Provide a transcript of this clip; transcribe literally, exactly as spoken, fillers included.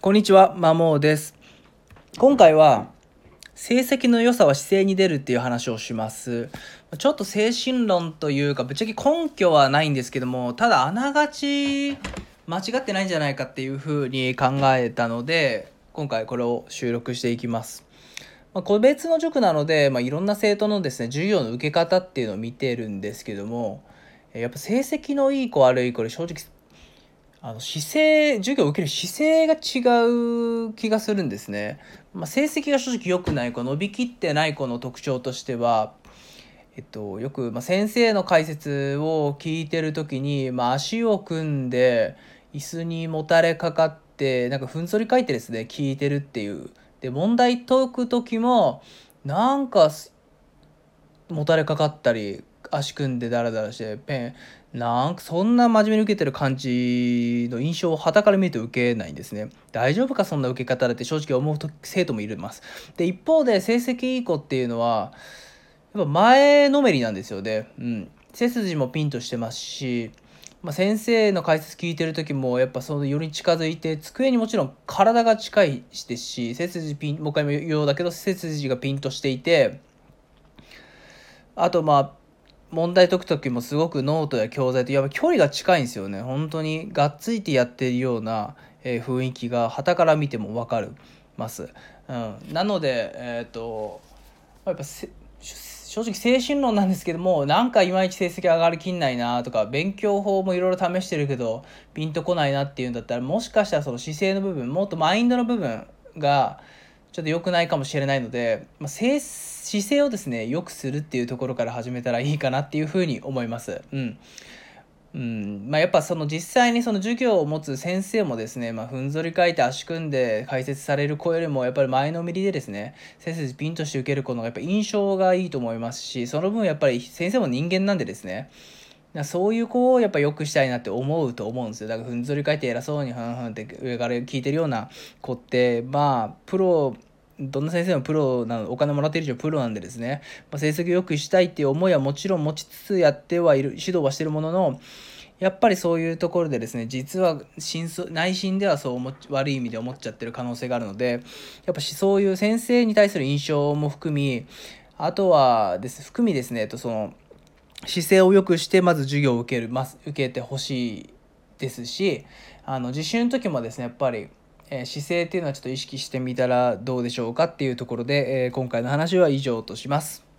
こんにちは、まもうです。今回は成績の良さは姿勢に出るっていう話をします。ちょっと精神論というかぶっちゃけ根拠はないんですけども、ただあながち間違ってないんじゃないかっていうふうに考えたので、今回これを収録していきます。まあ、個別の塾なので、まあ、いろんな生徒のですね授業の受け方っていうのを見てるんですけども、やっぱ成績のいい子悪い子で正直あの姿勢授業を受ける姿勢が違う気がするんですね。まあ、成績が正直良くない子、伸びきってない子の特徴としては、えっと、よく、まあ、先生の解説を聞いてる時に、まあ、足を組んで椅子にもたれかかってなんかふんぞり返ってですね聞いてるっていう。で問題解く時もなんかもたれかかったり足組んでダラダラしてペンなんかそんな真面目に受けてる感じの印象を傍から見ると受けないんですね。大丈夫かそんな受け方だって正直思うと生徒もいます。で一方で成績いい子っていうのはやっぱ前のめりなんですよね。うん、背筋もピンとしてますし、まあ、先生の解説聞いてる時もやっぱそのより近づいて机にもちろん体が近いですし、背筋ピンもう一回も言うようだけど背筋がピンとしていて、あとまあ問題解く時もすごくノートや教材とやっぱ距離が近いんですよね。本当にがっついてやってるような、えー雰囲気が傍から見ても分かるます。うん、なのでえっ、とやっぱせ正直精神論なんですけども、なんかいまいち成績上がりきんないなとか、勉強法もいろいろ試してるけどピンとこないなっていうんだったら、もしかしたらその姿勢の部分、もっとマインドの部分がちょっと良くないかもしれないので、まあ、姿勢をですね良くするっていうところから始めたらいいかなっていうふうに思います。うんうんまあ、やっぱその実際にその授業を持つ先生もですね、まあ、ふんぞり返って足組んで解説される子よりもやっぱり前のめりでですね先生ピンとして受ける子の方がやっぱ印象がいいと思いますし、その分やっぱり先生も人間なんでですね、そういう子をやっぱ良くしたいなって思うと思うんですよ。だからふんぞり返って偉そうにふんふんって上から聞いてるような子ってまあプロどんな先生もプロなの、お金もらっている以上プロなんでですね、まあ、成績を良くしたいっていう思いはもちろん持ちつつやってはいる、指導はしてるものの、やっぱりそういうところでですね実は真相内心ではそう思っ悪い意味で思っちゃってる可能性があるので、やっぱしそういう先生に対する印象も含み、あとはです含みですね、とその姿勢を良くしてまず授業を受けるます受けてほしいですし、あの実習の時もですねやっぱり、えー姿勢っていうのはちょっと意識してみたらどうでしょうかっていうところで、えー今回の話は以上とします。